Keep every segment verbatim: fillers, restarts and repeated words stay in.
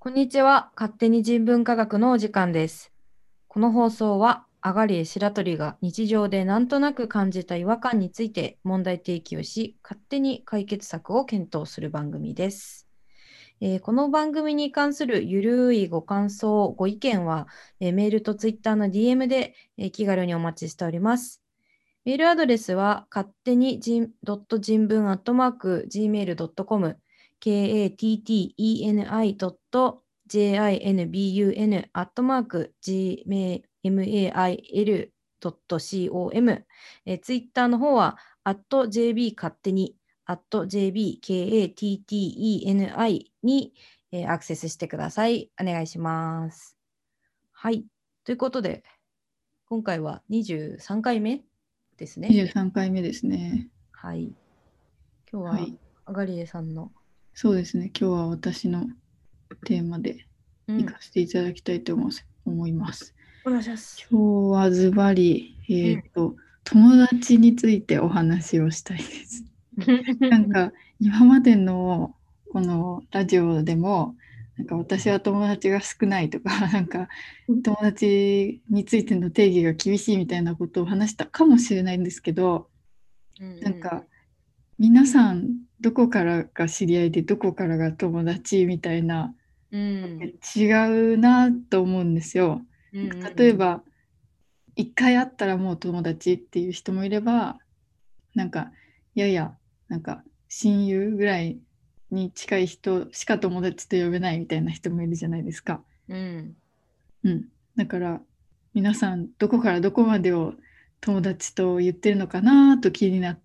こんにちは。勝手に人文科学のお時間です。この放送は、アガリエ白鳥が日常でなんとなく感じた違和感について問題提起をし、勝手に解決策を検討する番組です。えーこの番組に関するゆるいご感想、ご意見は、えーメールとツイッターの ディーエム で、えー気軽にお待ちしております。メールアドレスは、勝手に人人文アットマーク ジーメールドットコム、katteni.jinbun アットマーク gmail.com、えー、ツイッターの方は、アット jb 勝手に、アット jbkatteni に、えーアクセスしてください。お願いします。はい。ということで、今回はにじゅうさんかいめですね。 にじゅうさんかいめですね。 はい。今日は、 はい。 あがりえさんの、 そうですね。今日は私のテーマでうん、 行かせていただきたいと思います。思いますお願いします。 今日はズバリ、 うん。 えっと、友達についてお話をしたいです。なんか、今までのこのラジオでも、なんか私は友達が少ないとか、なんか友達についての定義が厳しいみたいなことを話したかもしれないんですけど、 うんうんなんか皆さんどこからが知り合いでどこからが友達みたいなうん。 違うなと思うんですよ。 うんなんかうん例えば一回会ったらもう友達っていう人もいれば、なんかいやいやなんか親友ぐらいに近い人しか友達と呼べないみたいな人もいるじゃないですか。 うん。 うん。だから皆さんどこからどこまでを友達と言ってるのかなと気になって、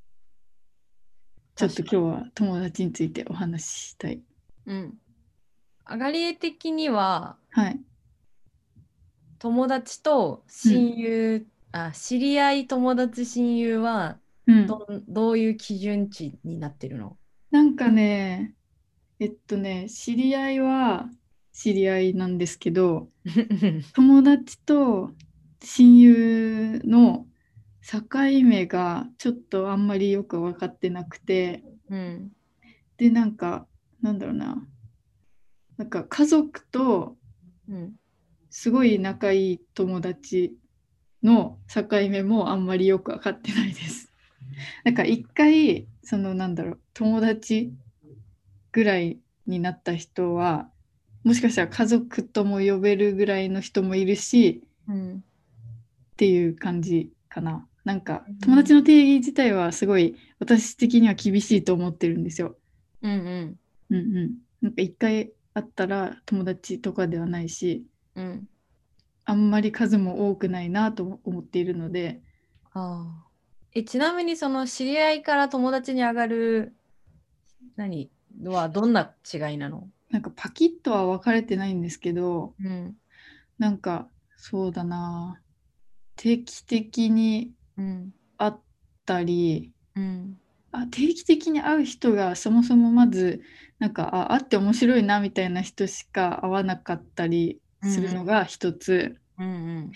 ちょっと今日確かは友達についてお話ししたい。 に。うん。あがりえ的には、 はい。 友達とうん。 親友、あ、知り合い、友達、親友は、 うん。 どん、どういう基準値になってるの？ なんかね、えっとね、知り合いは知り合いなんですけど、友達と親友の境目がちょっとあんまりよく分かってなくて、 うん。 で、なんか、なんだろうな、なんか家族とうん。 すごい仲いい友達の境目もあんまりよく分かってないです。なんか一回、そのなんだろう、友達ぐらいになった人は、もしかしたら家族とも呼べるぐらいの人もいるしうん。 っていう感じかな。なんか友うん。 達の定義自体はすごい私的には厳しいと思ってるんですよ。 うん。 うんうん。なんか一回会ったら友達とかではないし、 うん。 あんまり数も多くないなと思っているので、 ああ。え、ちなみにその知り合いから友達に上がる、何はどんな違いなの？ なんかパキッとは分かれてないんですけど、 うん。 なんかそうだな、定期的にうん。 会ったり、 うん。 あ、定期的に会う人がそもそもまず、なんか、あ、会って面白いなみたいな人しか会わなかったりするうん。 のが一つ。 うん。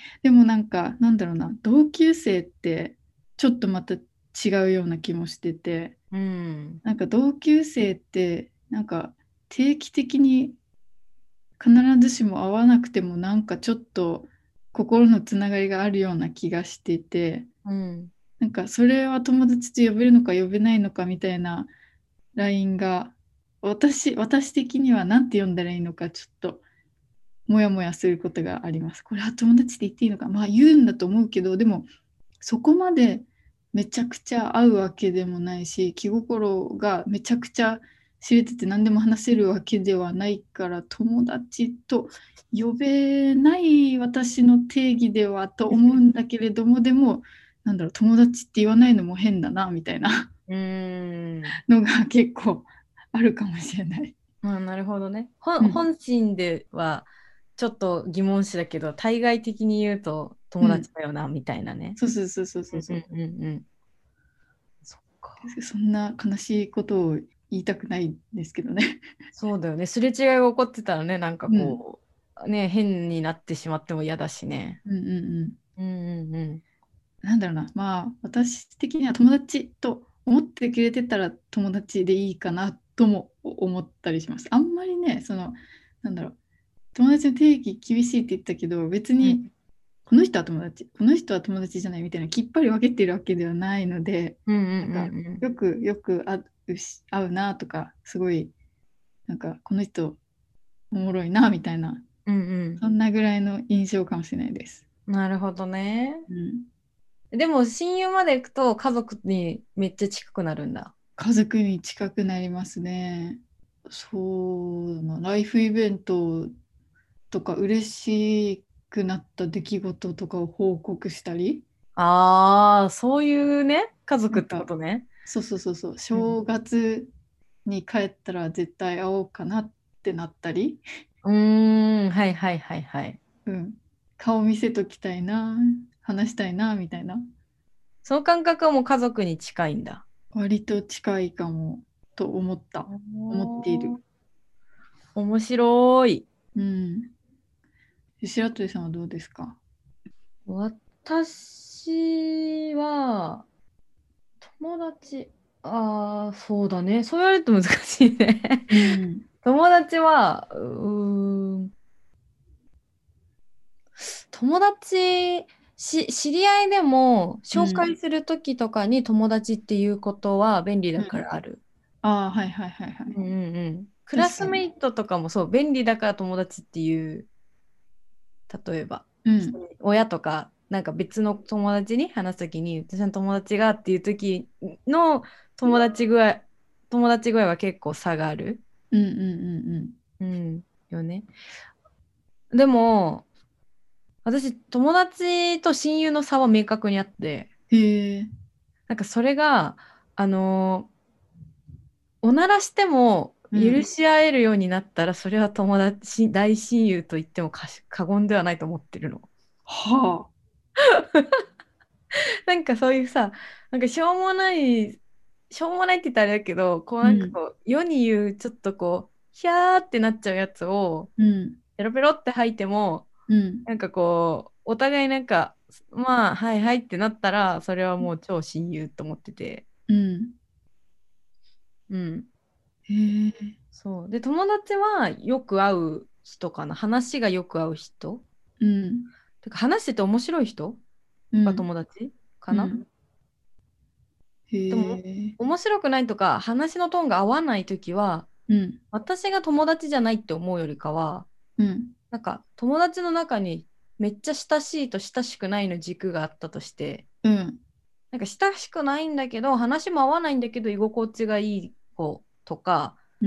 でもなんか、なんだろうな、同級生ってちょっとまた違うような気もしてて、 うん。 なんか同級生って、なんか定期的に必ずしも会わなくてもなんかちょっと心のつながりがあるような気がしてて、 うん。 なんかそれは友達と呼べるのか呼べないのかみたいなラインが、私、私的には何て呼んだらいいのかちょっとモヤモヤすることがあります。これは友達って言っていいのか、まあ言うんだと思うけど、でもそこまでめちゃくちゃ合うわけでもないし、気心がめちゃくちゃ知れてて何でも話せるわけではないから、友達と呼べない私の定義ではと思うんだけれども、でも、なんだろう、友達って言わないのも変だなみたいなうーん。 のが結構あるかもしれない。 まあ、なるほどね。本、 うん。 本心ではちょっと疑問視だけど、対外的に言うと友うん。 達だよな、みたいなね。 そうそうそうそううんうそうそう。 んうんうん。そっか。 そんな悲しいことを言いたくないんですけどね。 そうだよね。すれ違いが起こってたらね、なんかうん。 こう、ね、変になってしまっても嫌だしね。 うんうんうん。 うんうんうん。 なんだろうな。まあ、私的には友達と思ってくれてたら友達でいいかなとも思ったりします。あんまりね、その、なんだろう、友達の定義厳しいって言ったけど、別にうんこの人は友達、この人は友達じゃないみたいなきっぱり分けてるわけではないので、 うんうなんかんよくよく会うし、会うなとか、すごい、なんかこの人おもろいなみたいな、 うんうんそんなぐらいの印象かもしれないです。 うん。なるほどね。 うん、 でも親友まで行くと家族にめっちゃ近くなるんだ。 家族に近くなりますね。そうだな、ライフイベントとか嬉しくなった出来事とかを報告したり、 ああ、そういうね、家族ってこなんか、 とね。 そうそうそうそう、 うん。 正月に帰ったら絶対会おうかなってなったり、 うーん、はいはいはいはい。 うん、顔見せときたいな、話したいな、みたいな、 その感覚はもう家族に近いんだ。 割と近いかもと思った、思っている。 おー、面白い。 うん。白鳥さんはどうですか？ 私は、友達、ああ、そうだね。そう言われると難しいね。 うん。 友達は、うーん、友達、し、知り合いでも紹うん。 介するときとかに友達っていうことは便利だうん。 からある。 ああ、はいはいはいはい。 うんうんうん。クラ確かに。 スメイトとかもそう、便利だから友達っていう、例えば、 うん。 親とか、なんか別の友達に話すときに、私の友達がっていうときの友達具合、友達具合は結構差がある。 うんうんうんうん。 うん。よね。でも、私、友達と親友の差は明確にあって、 へえ。 なんかそれが、あのーおならしてもうん。 許し合えるようになったら、それは友達、大親友と言っても過し過言ではないと思ってるの。 はあ。 なんかそういうさ、なんかしょうもない、しょうもないって言ったらあれだけど、こううん。 なんかこう、世に言うちょっとこう、ヒャーってなっちゃうやつを、 うん。 ペロペロって吐いても、 うん。 なんかこう、お互いなんか、まあ、はいはいってなったら、それはもう超親友と思ってて。 うん。 うん。 へえ。 そう。で、友達はよく会う人かな。話がよく合う人。 うん。 てか、話してて面白い人がうん。 友達かな。 うん。へでも、 え。 面白くないとか、話のトーンが合わないときは、 うん。 私が友達じゃないって思うよりかは、 うん。 なんか、友達の中にめっちゃ親しいと親しくないの軸があったとして、 うん。 なんか親しくないんだけど、話も合わないんだけど、居心地がいい子とか、 うん。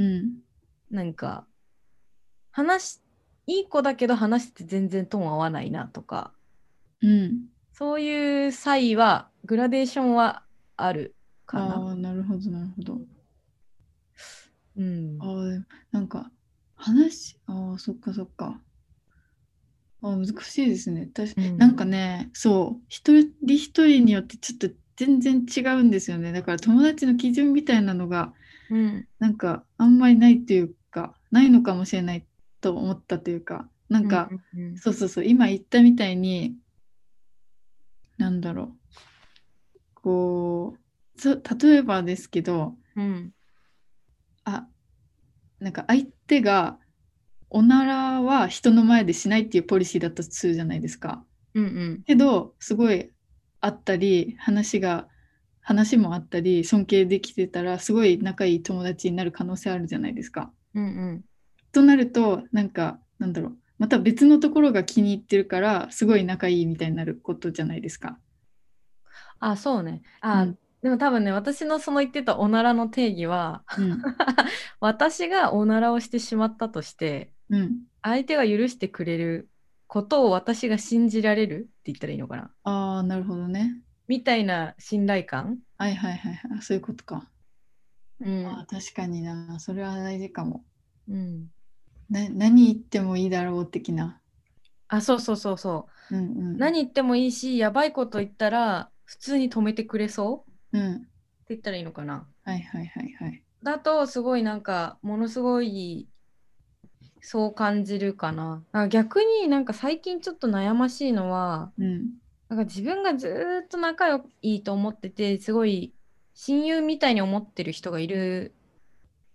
なんか、話、いい子だけど話してて全然トーン合わないなとか、 うん。 そういう差異は、グラデーションはあるかな。 ああ、なるほど、なるほど。 うん。 ああ、でもなんか、話、ああ、そっかそっか。ああ、難しいですね。確かなんうん。 かね、そう、一人一人によってちょっと全然違うんですよね。だから友達の基準みたいなのが、 うん。 なんかあんまりないっていうか、ないのかもしれないと思ったというか、なんうん。 か、 うん。 そうそうそう、今言ったみたいに、なんだろう、こう、そ例えばですけど、 うん。 あ、なんか相手がおならは人の前でしないっていうポリシーだったとするじゃないですか。 うん。うん。 けど、すごいあったり、話が、話もあったり、尊敬できてたら、すごい仲いい友達になる可能性あるじゃないですか。 うん。うん。 となると、なんか、なんだろう、また別のところが気に入ってるから、すごい仲いいみたいになることじゃないですか。 あ、そうね。あ、 うん。 でも多分ね、私のその言ってたおならの定義はうん。 私がおならをしてしまったとして、 うん。 相手が許してくれることを私が信じられるって言ったらいいのかな。 ああ、なるほどね。 みたいな信頼感。 はいはいはいはい。そういうことか。ああ、 うん。 確かにな。それは大事かも。 うん。 な、何言ってもいいだろう的な。 あ、そうそうそうそう。 うんうん。 何言ってもいいし、やばいこと言ったら、普通に止めてくれそうってうん。 言ったらいいのかな。 はいはいはいはい。 だと、すごいなんか、ものすごい、そう感じるかな。あ、逆になんか最近ちょっと悩ましいのは、 うん。 なんか自分がずーっと仲良いと思ってて、すごい親友みたいに思ってる人がいる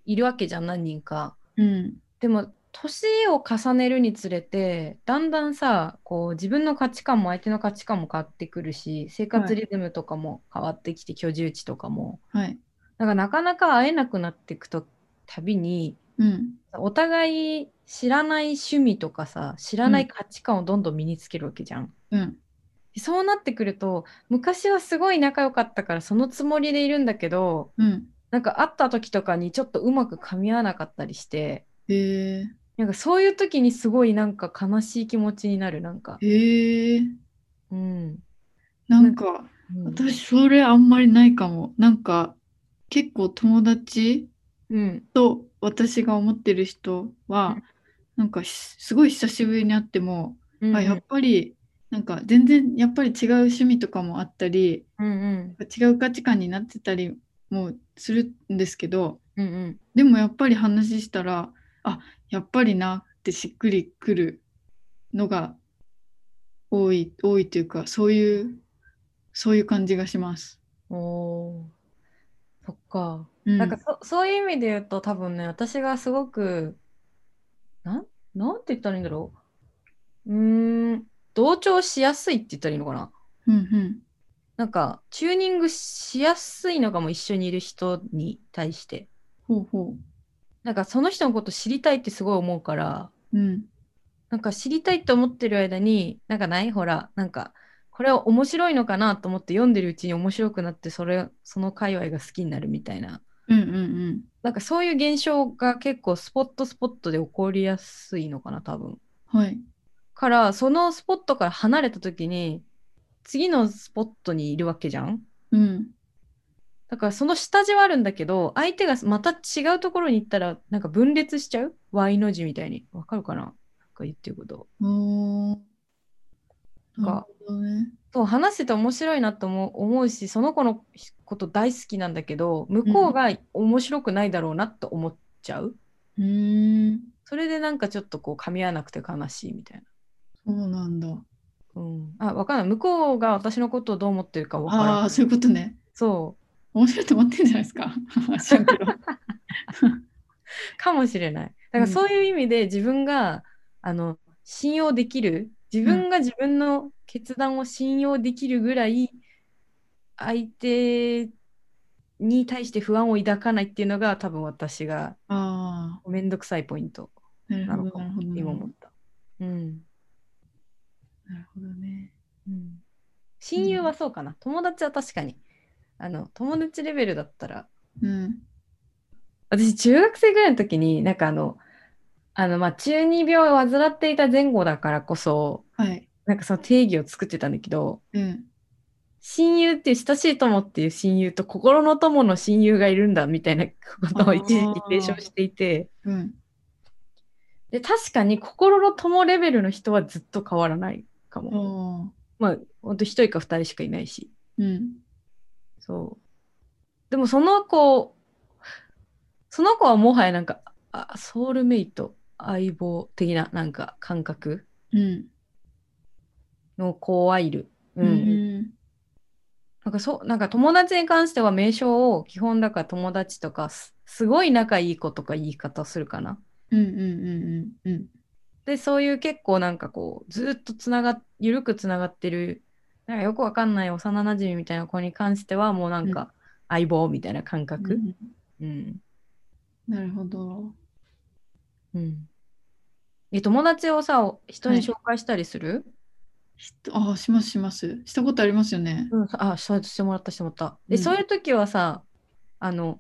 いるわけじゃん、何人か。 うん。 でも、年を重ねるにつれて、だんだんさ、こう自分の価値観も相手の価値観も変わってくるし、生はい。 活リズムとかも変わってきて、居住地とかも。 はい。 だからなかなか会えなくなっていくとたびに、 うん。 お互い知らない趣味とかさ、知らうん。 ない価値観をどんどん身につけるわけじゃん。 うん。 そうなってくると、昔はすごい仲良かったからそのつもりでいるんだけど、 うん。 なんか会った時とかにちょっとうまく噛み合わなかったりして、 へえ。 なんかそういう時にすごいなんか悲しい気持ちになる、なんか。 へえ。 うん。なんか、 なんか、 うん。 私、それあんまりないかも。なんか、結構友達うん。 と私が思ってる人は、なんかしすごい久しぶりに会っても、あ、やっうんうん。 ぱり、なんか全然やっぱり違う趣味とかもあったり、 うんうん。 違う価値観になってたりもするんですけど、 うんうん。 でもやっぱり話したら、あ、やっぱりなってしっくりくるのが多い、多いというか、そういう、そういう感じがします。 おー、そっか。 うん。 なんかそ、そういう意味で言うと多分ね、私がすごく、なん、なんて言ったらいいんだろう。うーん、同調しやすいって言ったらいいのかな。 うんうん。 なんか、チューニングしやすいのかも、一緒にいる人に対して。 ほうほなんか、その人のこと知りたいってすごい思うから、 う。うん。 なんか知りたいと思ってる間に、なんかないほら、なんか、これは面白いのかなと思って読んでるうちに面白くなって、それ、その界隈が好きになるみたいな。 うんうんなんかそういう現象が結構スポットスポットで起こりやすいのかな、多分。 うん。はい。 から、そのスポットから離れた時に、次のスポットにいるわけじゃん。 うん。 だからその下地はあるんだけど、相手がまた違うところに行ったら、なんか分裂しちゃう ?Y の字みたいに。わかるかななんか言ってること。 おー、なるが、 ほどね。 そう、話してて面白いなと思う、思うし、その子のこと大好きなんだけど、向うん。 こうが面白くないだろうなと思っちゃう。 うーん。 それでなんかちょっとこう噛み合わなくて悲しいみたいな。 そうなんだ。 うん。あ、わかんない。向こうが私のことをどう思ってるかわからん。 ああ、そういうことね。 そう。 面白いと思ってんじゃないですか。知らんけど。 かもしれない。だからうん。 そういう意味で自分があの信用できる、自うん。 分が自分の決断を信用できるぐらい相手に対して不安を抱かないっていうのが多分私があめんどくさいポイントあ、なるほど、 なのかもってなるほど、なるほど。 今思った。うん。 なるほどね。 うん、 いいね。 親友はそうかな。友達は確かに。あの友達レベルだったら。 うん。 私中学生ぐらいの時になんかあの、あのまあ中二病を患っていた前後だからこそはい。 なんかその定義を作ってたんだけど、 うん。 親友っていう親しい友っていう親友と心の友の親友がいるんだみたいなことを一時期提唱ああ、 していて、 うん。 で、確かに心の友レベルの人はずっと変わらないかあも。 あ、 まあ、ほんと一人か二人しかいないし。 うん。 そう。でもその子、その子はもはやなんか、あ、ソウルメイト、相棒的ななんか感覚うん。 の子はいる。ううん。 ん。 なんかそう、なんか友達に関しては名称を基本だから友達とかす、すごい仲いい子とか言い方するかな。 うん。うん。うん。うん。 で、そういう結構なんかこう、ずっとつながっ、ゆるくつながってる、なんかよくわかんない幼馴染みたいな子に関してはもうなんうん。 か相棒みたいな感覚。 うん。 うん。 なるほど。 うん。え、友達をさ、人はい。 に紹介したりする？ ひとああ、します、します。したことありますよね。 うん、あ、そうしてもらった、してもらった。え、そううん。 いう時はさ、あの、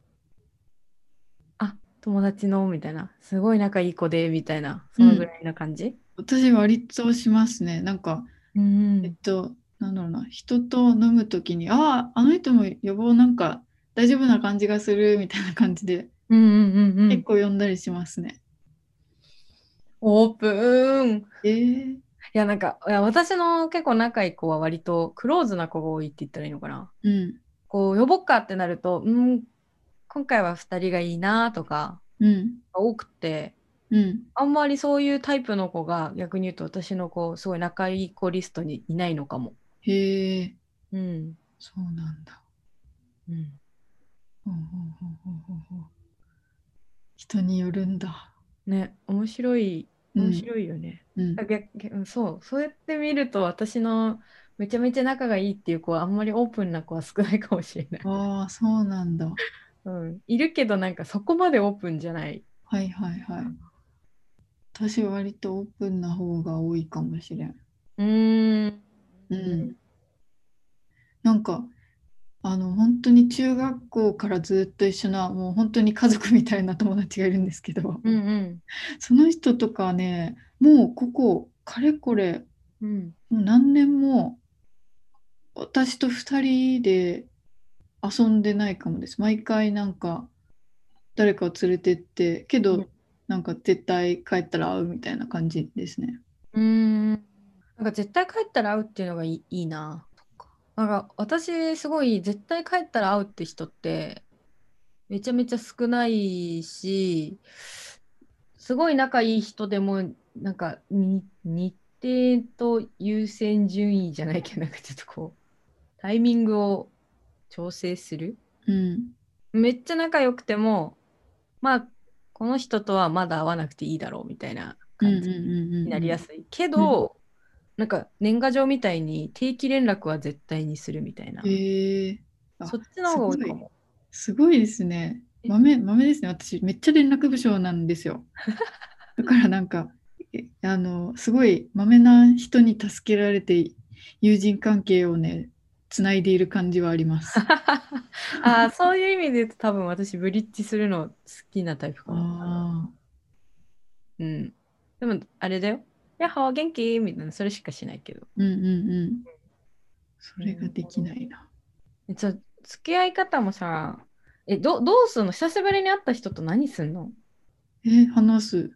あ、友達の、みたいな、すごい仲いい子で、みたいな、そうん。 のぐらいな感じ？ 私、割としますね。なんか、 うん。 えっと、なんだろうな、人と飲むときに、ああ、あの人も予防なんか大丈夫な感じがするみたいな感じで、 うんうんうんう結ん。 構呼んだりしますね。 オープン。 えー、 いや、なんか、いや、私の結構仲いい子は割とクローズな子が多いって言ったらいいのかな。 うん、 こう、呼ぼっかってなると、うん、今回はふたりがいいなとか、 うん、 多くて、 うん。 あんまりそういうタイプの子が逆に言うと私の子、すごい仲いい子リストにいないのかも。 へえ、 うん。 そうなんだ。 うん。 ほうほうほうほうほうほう。 人によるんだ。 ね、面白い、面うん。 白いよね。 うん。 あ逆逆そう、そうやって見ると私のめちゃめちゃ仲がいいっていう子はあんまりオープンな子は少ないかもしれない。 ああ、そうなんだ。 うん、いるけどなんかそこまでオープンじゃない。 はいはいはい。私は割とオープンな方が多いかもしれん。 うーん。 うん。なんか、あの、本当に中学校からずっと一緒な、もう本当に家族みたいな友達がいるんですけど、 うんうんその人とかね、もうここ、かれこれ、 うん。 もう何年も私と二人で遊んでないかもです。毎回なんか誰かを連れてって、けどなんか絶対帰ったら会うみたいな感じですね。 うーん。なんか絶対帰ったら会うっていうのがいい、いいな。そっか。なんか私すごい絶対帰ったら会うって人ってめちゃめちゃ少ないし、すごい仲いい人でもなんかに日程と優先順位じゃないけどなんかちょっとこうタイミングを調整する。 うん。 めっちゃ仲良くてもまあこの人とはまだ会わなくていいだろうみたいな感じうんうんになりやうんすいけうんうん。 ど、なんか年賀状みたいに定期連絡は絶対にするみたいえな。 ー、あ、 そっちの方すごい。 が多いかも。 すごいですね。 え豆、豆ですね。私、めっちゃ連絡不詳なんですよ。だからなんか、えあの、すごい豆な人に助けられて、友人関係をね、つないでいる感じはあります。 ああ、そういう意味で言うと多分私ブリッジするの好きなタイプかも。 ああ、 うん。でもあれだよ。やっほー元気みたいなそれしかしないけど。 うんうんうん。そうん。 れができないな。 えちょ、付き合い方もさ、え、ど、どうすんの久しぶりに会った人と何すんの？ え、話す。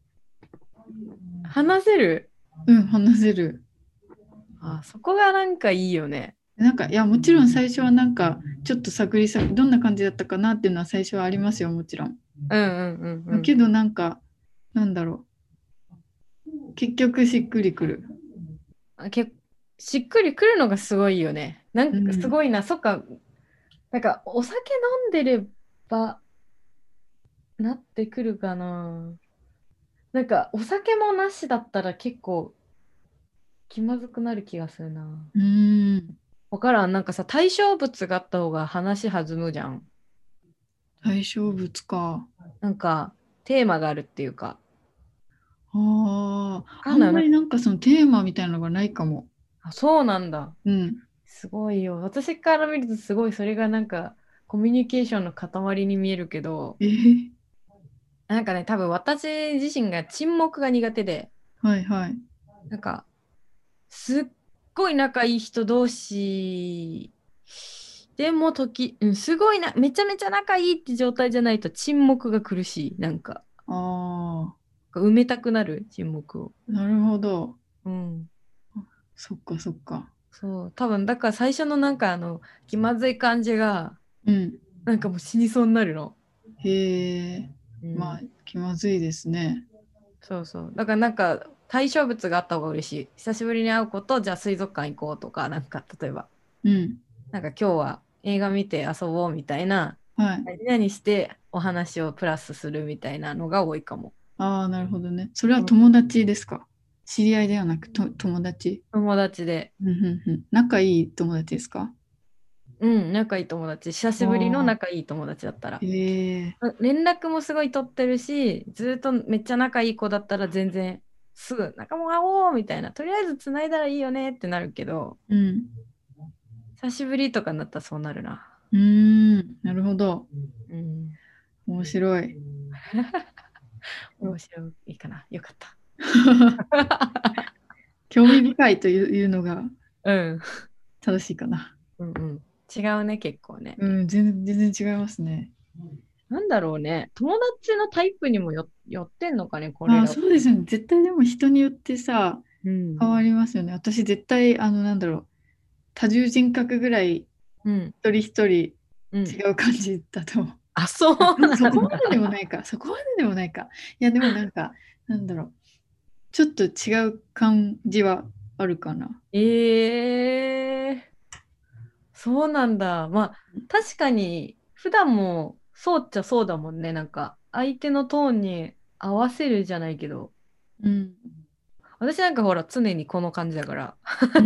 話せる？ うん、話せる。 あ、そこがなんかいいよね。 なんか、いや、もちろん最初はなんか、ちょっと探り探り、どんな感じだったかなっていうのは最初はありますよ、もちろん。 うんうんうんうん。 けど、なんか、なんだろう。結局しっくりくる。 あ、け、しっくりくるのがすごいよね。なんかすうん。 ごいな。そっか。なんかお酒飲んでればなってくるかな。なんかお酒もなしだったら結構気まずくなる気がするな。 うーん。 わからん。なんかさ、対象物があった方が話弾むじゃん。 対象物か。 なんかテーマがあるっていうか。 ああ、あんわかんない。なんか、 まりなんかそのテーマみたいなのがないかも。 あ、そうなんだ。 うん。 すごいよ。私から見るとすごいそれがなんかコミュニケーションの塊に見えるけど、 えー、 なんかね、多分私自身が沈黙が苦手で、 はいはい。 なんかすっごい仲いい人同士でも時、うん、すごいな、めちゃめちゃ仲いいって状態じゃないと沈黙が苦しい。なんか、 あ埋めたくなる沈黙を。 あ、なるほど。 うん。 そっかそっか。 そう、多分だから最初のなんかあの気まずい感じがうん。 なんかもう死にそうになるの。 へえ、 うん。 まあ、気まずいですね。 そうそう。だからなんか対象物があった方が嬉しい。久しぶりに会う子とじゃあ水族館行こうとか、なんか例えば、 うん。 なんか今日は映画見て遊ぼうみたいな、 はい。 何々してお話をプラスするみたいなのが多いかも。 ああ、なるほどね。それはうん。 友達ですか？知り合いではなくと友達。 友達で。 うんうんうん。仲いい友達ですか？ うん、仲いい友達。久しぶりのああ仲いい友達だったー、 ら。 へえ、 連絡もすごい取ってるし、ずっとめっちゃ仲いい子だったら全然すぐ仲間会おうみたいな、とりあえず繋いだらいいよねってなるけど、 うん。 久しぶりとかになったらそうなるな。 うーん、なるほど。 うん。 面白い。 面白いかな。よかった。 興味深いといういうのがうん。 正しいかな。 うんうん。違うね、結構ね。 うん、全然、全然違いますね。 なんだろうね。友達のタイプにもよ、よってんのかね、これああ、 ら。 そうですよね。絶対でも人によってさ、 うん。 変わりますよね。私絶対、あの、なんだろう、多重人格ぐらいうん。 一人一人うん。 違う感じだと思う。 あ、そうあ、でもなんそこまででもだ。 ないか。そこまででもないか。いや、でもなんか、なんだろう。ちょっと違う感じはあるかな。 ええー、そうなんだ。まあ、確かに、普段もそうっちゃそうだもんね。なんか、 相手のトーンに合わせるじゃないけど、 うん。 私なんかほら常にこの感じだからうん。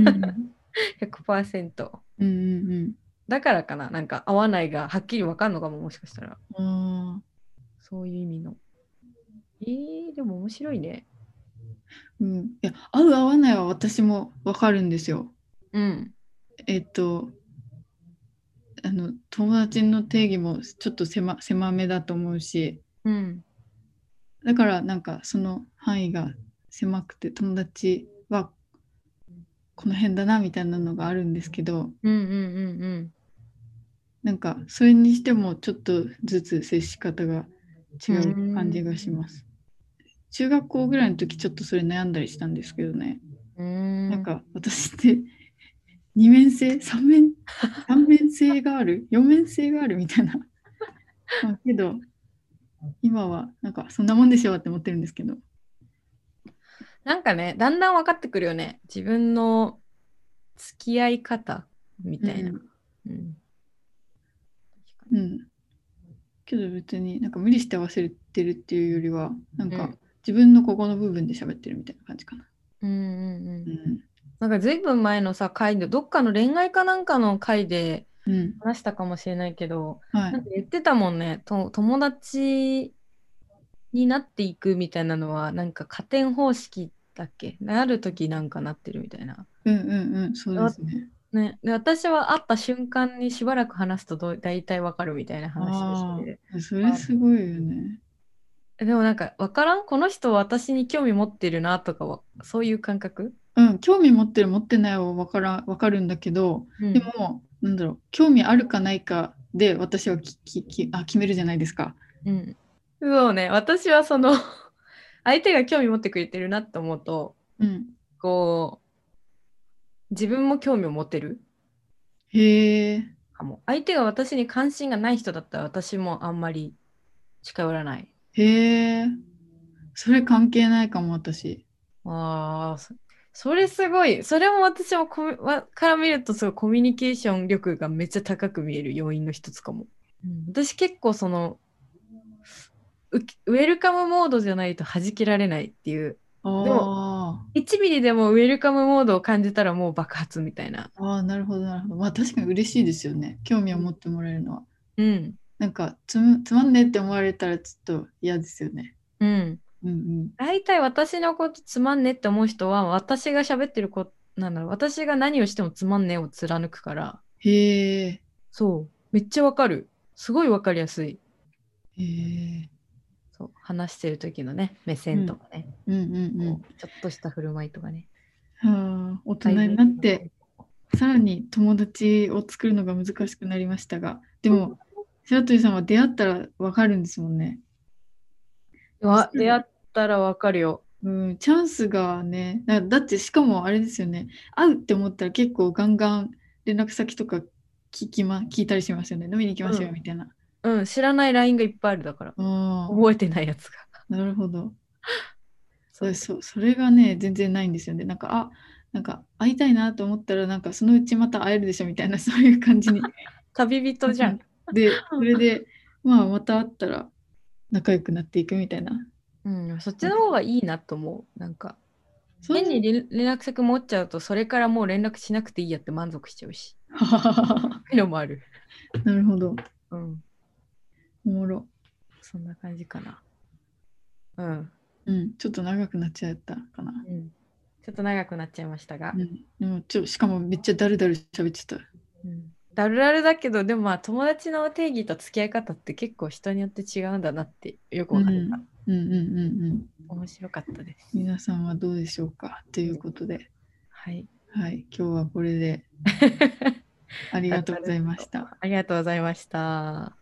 ひゃくパーセント。 うんうんうん。 だからかな、なんか合わないがはっきりわかんのかも、もしかしたら。 ああ。 そういう意味の。えー、でも面白いね。 うん。いや、合う合わないは私もわかるんですよ。 うん。 えっと、あの、友達の定義もちょっと狭、狭めだと思うし、 うん。 だからなんかその範囲が狭くて友達はこの辺だなみたいなのがあるんですけど、 うんうんうんうん。 なんかそれにしてもちょっとずつ接し方が違うーう感じがしん。 ます。中学校ぐらいの時ちょっとそれ悩んだりしたんですけどね。 うーん。 なんか私って二面性、三面、三面性がある、四面性があるみたいな。まあけど今はなんかそんなもんでしょうって思ってるんですけど。 なんかね、だんだん分かってくるよね。自分の付き合い方みたいな。 うん。 うん。確かに。 うん。けど別になんか無理して合わせてるっていうよりは、なんかうん。 自分のここの部分で喋ってるみたいな感じかな。 うんうんうん。 うん。 なんかずいぶん前のさ、回で、どっかの恋愛かなんかの回でうん。 話したかもしれないけど、 はい。 なんか言ってたもんね。と、友達になっていくみたいなのは、なんか加点方式だっけなるときなんかなってるみたいな。 うんうんうん。そうでわすね。 ね、で、私は会った瞬間にしばらく話すとどう大体わかるみたいな話をしあて、 あ、それあ、 すごいよね。 でもなんかわからんこの人私に興味持ってるなとかは、そういう感覚。 うん、興味持ってる持ってないは分からん、分かるんだけど、 うん。 でも、なんだろう、興味あるかないかで私はきききあ決めるじゃないですか。 うん。そうね、私はその相手が興味持ってくれてるなと思うと、 うん。 こう、自分も興味を持てるへえ、 かも。相手が私に関心がない人だったら私もあんまり近寄らない。 へえ、それ関係ないかも、私。 ああ、そそれすごい。それも私もコミわから見るとすごいコミュニケーション力がめっちゃ高く見える要因の一つかも。うん、私結構そのウ、ウェルカムモードじゃないと弾けられないっていう。でもあいちミリでもウェルカムモードを感じたらもう爆発みたいな。 あ、ああ、なるほど、なるほど。まあ確かに嬉しいですよね。興味を持ってもらえるのは。 うん。 なんかつむ、つまんねえって思われたらちょっと嫌ですよね。 うん。 うん大体私のことつまんねって思う人は私が喋ってること、なんだろう、私が何をしてもつまんねを貫くから、 へえ、 そう、めっちゃわかる。すごいわかりやすい。 へえ、 そう、話してる時のね、目うん、 線とかね、 うんうんうん。 こうちょっとした振る舞いとかね。 はあ、大人に改善なってさらに友達を作るのが難しくなりましたが、でも、白鳥さんは出会ったらわかるんですもんね。そしわ、 たら、 出会ったらわかるよ。 うん、チャンスがね、だ、だってしかもあれですよね、会うって思ったら結構ガンガン連絡先とか聞きま、聞いたりしますよね。飲みに行きましょうようん。 みたいな。 うん、知らない ライン がいっぱいあるだから。 ああ、 覚えてないやつが。 なるほど。 そう。 そ、それがね、全然ないんですよね。なんか、あ、なんか会いたいなと思ったら、なんかそのうちまた会えるでしょみたいな、そういう感じに。 旅人じゃん。 で、それで、まあ、また会ったら仲良くなっていくみたいな。 うん、そっちの方がいいなと思う。なんか、 そんな、 変に連連絡先持っちゃうと、それからもう連絡しなくていいやって満足しちゃうし。 ははははそういうのもある。 なるほど。 うん。 おもろ。 そんな感じかな。うん。 うん、ちょっと長くなっちゃったかな。 うん。ちょっと長くなっちゃいましたが。 うん、でもちょ、しかもめっちゃだるだる喋ってた。 うん。だるだるだけど、でもまあ友達の定義と付き合い方って結構人によって違うんだなってよくうん、 わかった。 うん、うん、うん、うん。 面白かったです。 皆さんはどうでしょうかということで、 はい。 はい、今日はこれでありだがとうございったです。 ました。 ありがとうございました。